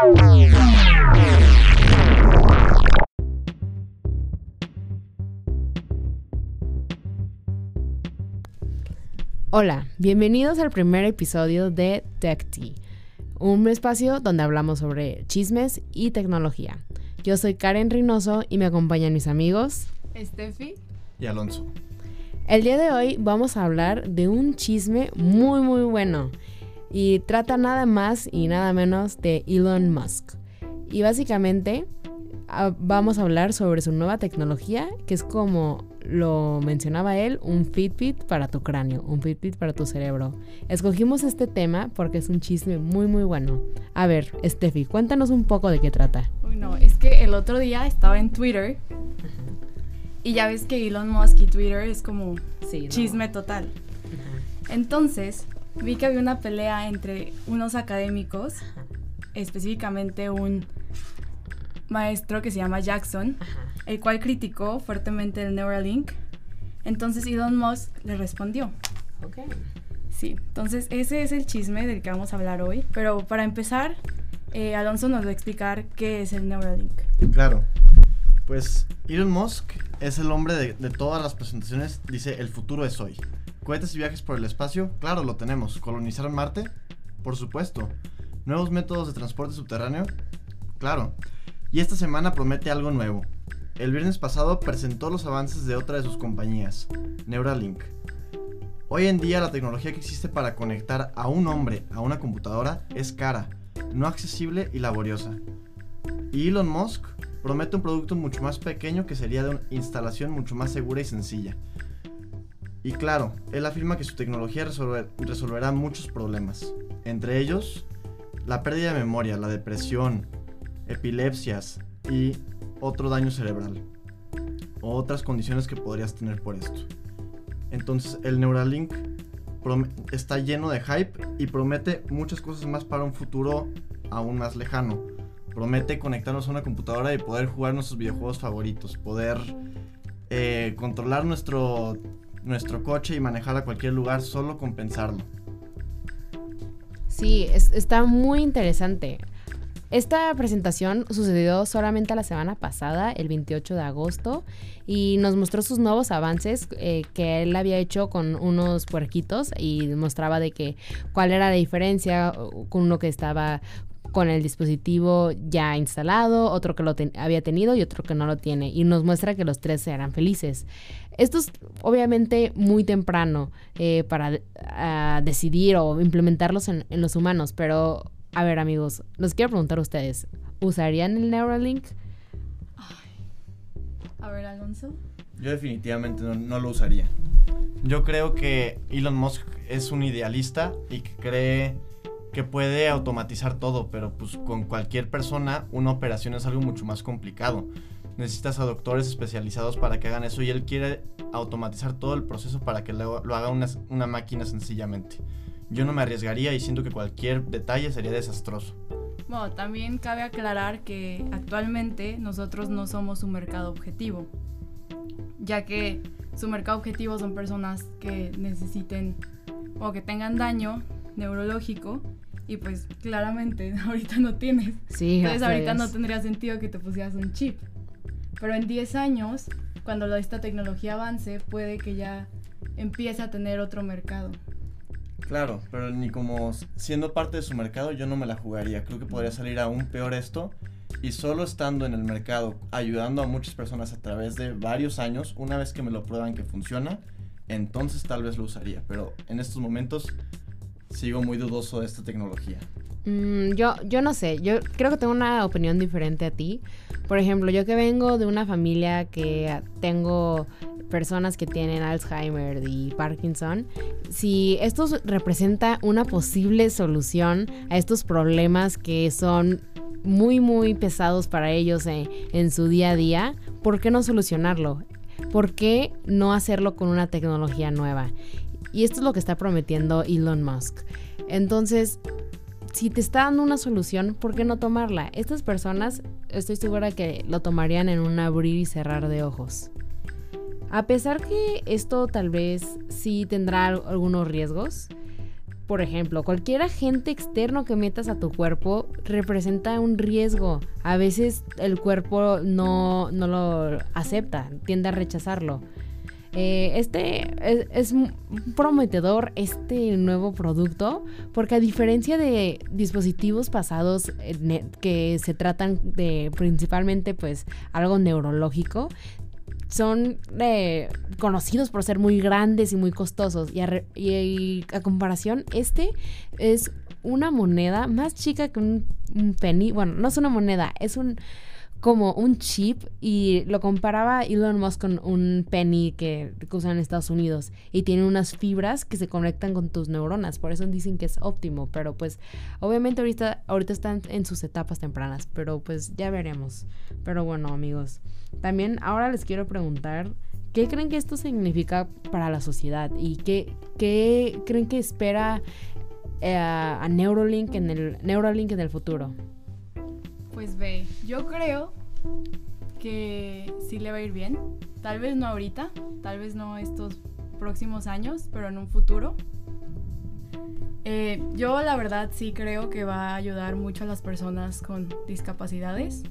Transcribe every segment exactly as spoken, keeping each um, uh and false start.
Hola, bienvenidos al primer episodio de Tech Tea, un espacio donde hablamos sobre chismes y tecnología. Yo soy Karen Reynoso y me acompañan mis amigos Steffi y Alonso. El día de hoy vamos a hablar de un chisme muy muy bueno y trata nada más y nada menos de Elon Musk. Y básicamente a, vamos a hablar sobre su nueva tecnología, que es, como lo mencionaba él, un Fitbit para tu cráneo, un Fitbit para tu cerebro. Escogimos este tema porque es un chisme muy muy bueno. A ver, Steffi, cuéntanos un poco de qué trata. Uy, no, es que el otro día estaba en Twitter y ya ves que Elon Musk y Twitter es como sí, no. chisme total. Ajá. Entonces vi que había una pelea entre unos académicos, Ajá. específicamente un maestro que se llama Jackson, Ajá. el cual criticó fuertemente el Neuralink. Entonces Elon Musk le respondió. Okay. Sí, entonces ese es el chisme del que vamos a hablar hoy. Pero para empezar, eh, Alonso nos va a explicar qué es el Neuralink. Claro, pues Elon Musk es el hombre de, de todas las presentaciones. Dice, el futuro es hoy. ¿Cohetes y viajes por el espacio? Claro, lo tenemos. ¿Colonizar Marte? Por supuesto. ¿Nuevos métodos de transporte subterráneo? Claro. Y esta semana promete algo nuevo. El viernes pasado presentó los avances de otra de sus compañías, Neuralink. Hoy en día la tecnología que existe para conectar a un hombre a una computadora es cara, no accesible y laboriosa. Y Elon Musk promete un producto mucho más pequeño que sería de una instalación mucho más segura y sencilla. Y claro, él afirma que su tecnología resolver, resolverá muchos problemas, entre ellos la pérdida de memoria, la depresión, epilepsias y otro daño cerebral o otras condiciones que podrías tener por esto. Entonces el Neuralink prom- está lleno de hype y promete muchas cosas más para un futuro aún más lejano. Promete conectarnos a una computadora y poder jugar nuestros videojuegos favoritos, poder eh, controlar nuestro, nuestro coche y manejar a cualquier lugar solo con pensarlo. Sí, es, está muy interesante. Esta presentación sucedió solamente la semana pasada, el veintiocho de agosto, y nos mostró sus nuevos avances eh, que él había hecho con unos puerquitos y mostraba de que cuál era la diferencia con uno que estaba con el dispositivo ya instalado, otro que lo ten- había tenido y otro que no lo tiene, y nos muestra que los tres eran felices. Esto es obviamente muy temprano eh, para uh, decidir o implementarlos en, en los humanos, pero a ver, amigos, les quiero preguntar a ustedes, ¿usarían el Neuralink? Ay. A ver, Alonso. Yo definitivamente no, no lo usaría. Yo creo que Elon Musk es un idealista y que cree que puede automatizar todo, pero pues con cualquier persona una operación es algo mucho más complicado. Necesitas a doctores especializados para que hagan eso y él quiere automatizar todo el proceso para que lo, lo haga una, una máquina sencillamente. Yo no me arriesgaría y siento que cualquier detalle sería desastroso. Bueno, también cabe aclarar que actualmente nosotros no somos su mercado objetivo, ya que su mercado objetivo son personas que necesiten o que tengan daño neurológico y pues claramente ahorita no tienes. Sí, entonces ahorita es. no tendría sentido que te pusieras un chip. Pero en diez años, cuando esta tecnología avance, puede que ya empiece a tener otro mercado. Claro, pero ni como siendo parte de su mercado yo no me la jugaría. Creo que podría salir aún peor esto. Y solo estando en el mercado, ayudando a muchas personas a través de varios años, una vez que me lo prueban que funciona, entonces tal vez lo usaría. Pero en estos momentos sigo muy dudoso de esta tecnología. Mm, yo, yo no sé, yo creo que tengo una opinión diferente a ti. Por ejemplo, yo que vengo de una familia que tengo personas que tienen Alzheimer y Parkinson, si esto representa una posible solución a estos problemas que son muy muy pesados para ellos en, en su día a día, ¿por qué no solucionarlo? ¿Por qué no hacerlo con una tecnología nueva? Y esto es lo que está prometiendo Elon Musk. Entonces, si te está dando una solución, ¿por qué no tomarla? Estas personas, estoy segura que lo tomarían en un abrir y cerrar de ojos. A pesar que esto tal vez sí tendrá algunos riesgos, por ejemplo, cualquier agente externo que metas a tu cuerpo representa un riesgo. A veces el cuerpo no, no lo acepta, tiende a rechazarlo. Eh, este es, es prometedor este nuevo producto porque a diferencia de dispositivos pasados eh, que se tratan de principalmente pues algo neurológico, son eh, conocidos por ser muy grandes y muy costosos y a, re, y, y a comparación este es una moneda más chica que un, un penny. Bueno, no es una moneda, es un como un chip, y lo comparaba Elon Musk con un penny que, que usan en Estados Unidos, y tiene unas fibras que se conectan con tus neuronas, por eso dicen que es óptimo, pero pues obviamente ahorita, ahorita están en sus etapas tempranas, pero pues ya veremos. Pero bueno, amigos, también ahora les quiero preguntar, ¿qué creen que esto significa para la sociedad? ¿Y qué, qué creen que espera eh, a Neuralink en el, Neuralink en el futuro? Pues ve, yo creo que sí le va a ir bien. Tal vez no ahorita, tal vez no estos próximos años, pero en un futuro. Eh, yo la verdad sí creo que va a ayudar mucho a las personas con discapacidades.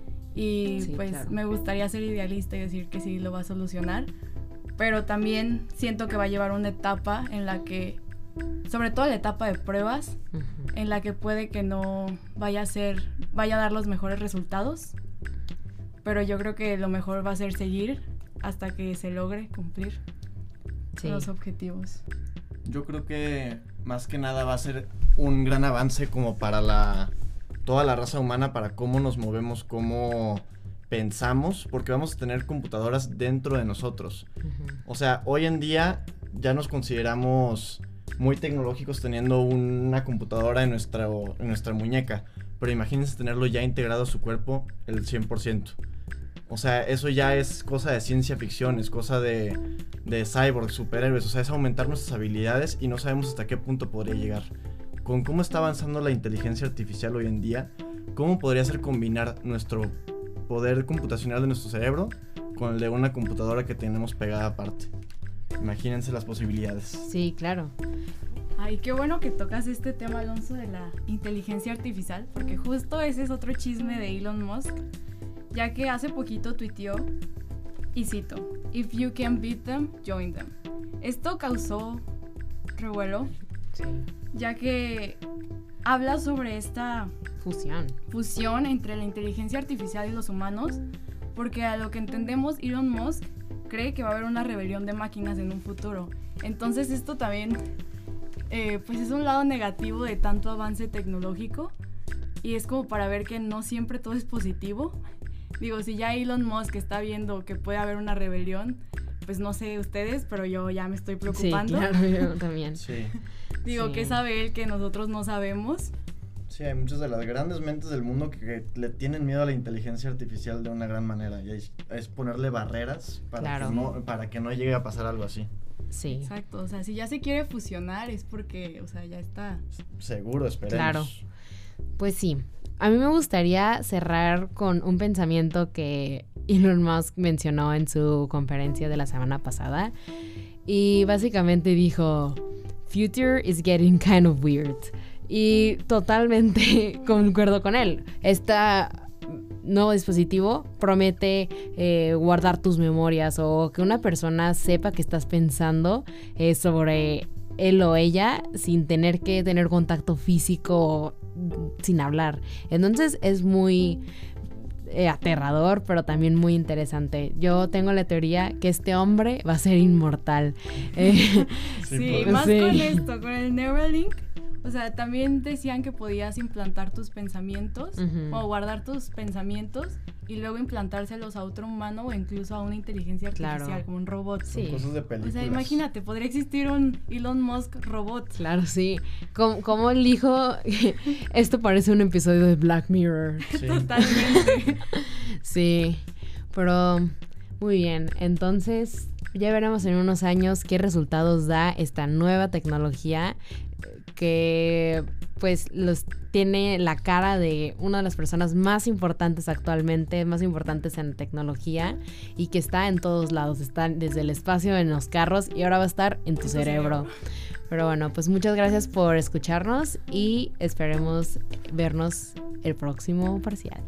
Y sí, pues claro, me gustaría ser idealista y decir que sí lo va a solucionar. Pero también siento que va a llevar una etapa en la que, sobre todo la etapa de pruebas, uh-huh, en la que puede que no vaya a ser, vaya a dar los mejores resultados, pero yo creo que lo mejor va a ser seguir hasta que se logre cumplir sí. los objetivos. Yo creo que más que nada va a ser un gran avance como para la toda la raza humana, para cómo nos movemos, cómo pensamos, porque vamos a tener computadoras dentro de nosotros. Uh-huh. O sea, hoy en día ya nos consideramos muy tecnológicos teniendo una computadora en nuestra, en nuestra muñeca, pero imagínense tenerlo ya integrado a su cuerpo el cien por ciento. O sea, eso ya es cosa de ciencia ficción, es cosa de, de cyborg, superhéroes, o sea, es aumentar nuestras habilidades y no sabemos hasta qué punto podría llegar. Con cómo está avanzando la inteligencia artificial hoy en día, ¿cómo podría ser combinar nuestro poder computacional de nuestro cerebro con el de una computadora que tenemos pegada aparte? Imagínense las posibilidades. Sí, claro. Ay, qué bueno que tocas este tema, Alonso, de la inteligencia artificial, porque justo ese es otro chisme de Elon Musk, ya que hace poquito tuiteó, y cito, "If you can beat them, join them". Esto causó revuelo, sí, ya que habla sobre esta fusión. fusión entre la inteligencia artificial y los humanos, porque a lo que entendemos, Elon Musk cree que va a haber una rebelión de máquinas en un futuro. Entonces esto también eh, pues es un lado negativo de tanto avance tecnológico, y es como para ver que no siempre todo es positivo. Digo, si ya Elon Musk está viendo que puede haber una rebelión, pues no sé ustedes, pero yo ya me estoy preocupando. Sí, claro, yo también. Sí. Digo, sí. ¿qué sabe él que nosotros no sabemos? Sí, hay muchas de las grandes mentes del mundo que, que le tienen miedo a la inteligencia artificial de una gran manera, y es, es ponerle barreras para, claro, que no, para que no llegue a pasar algo así. Sí. Exacto, o sea, si ya se quiere fusionar es porque, o sea, ya está. Seguro, esperemos. Claro. Pues sí. A mí me gustaría cerrar con un pensamiento que Elon Musk mencionó en su conferencia de la semana pasada, y básicamente dijo, "Future is getting kind of weird". Y totalmente concuerdo con él. Este nuevo dispositivo promete eh, guardar tus memorias, o que una persona sepa que estás pensando eh, sobre él o ella sin tener que tener contacto físico, sin hablar. Entonces es muy eh, aterrador, pero también muy interesante. Yo tengo la teoría que este hombre va a ser inmortal. Eh, sí, sí, más sí. Con esto, con el Neuralink. O sea, también decían que podías implantar tus pensamientos, uh-huh, o guardar tus pensamientos y luego implantárselos a otro humano o incluso a una inteligencia artificial, claro, como un robot. Sí. Son cosas de películas. O sea, imagínate, podría existir un Elon Musk robot. Claro, sí. Como, como él dijo, esto parece un episodio de Black Mirror. Sí. Totalmente. Sí, pero muy bien. Entonces, ya veremos en unos años qué resultados da esta nueva tecnología que pues los tiene la cara de una de las personas más importantes actualmente, más importantes en tecnología y que está en todos lados, está desde el espacio, en los carros y ahora va a estar en tu cerebro. Pero bueno, pues muchas gracias por escucharnos y esperemos vernos el próximo parcial.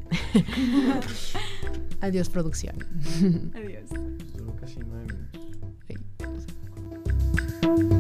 Adiós, producción. Adiós. Duró casi nueve minutos. Sí.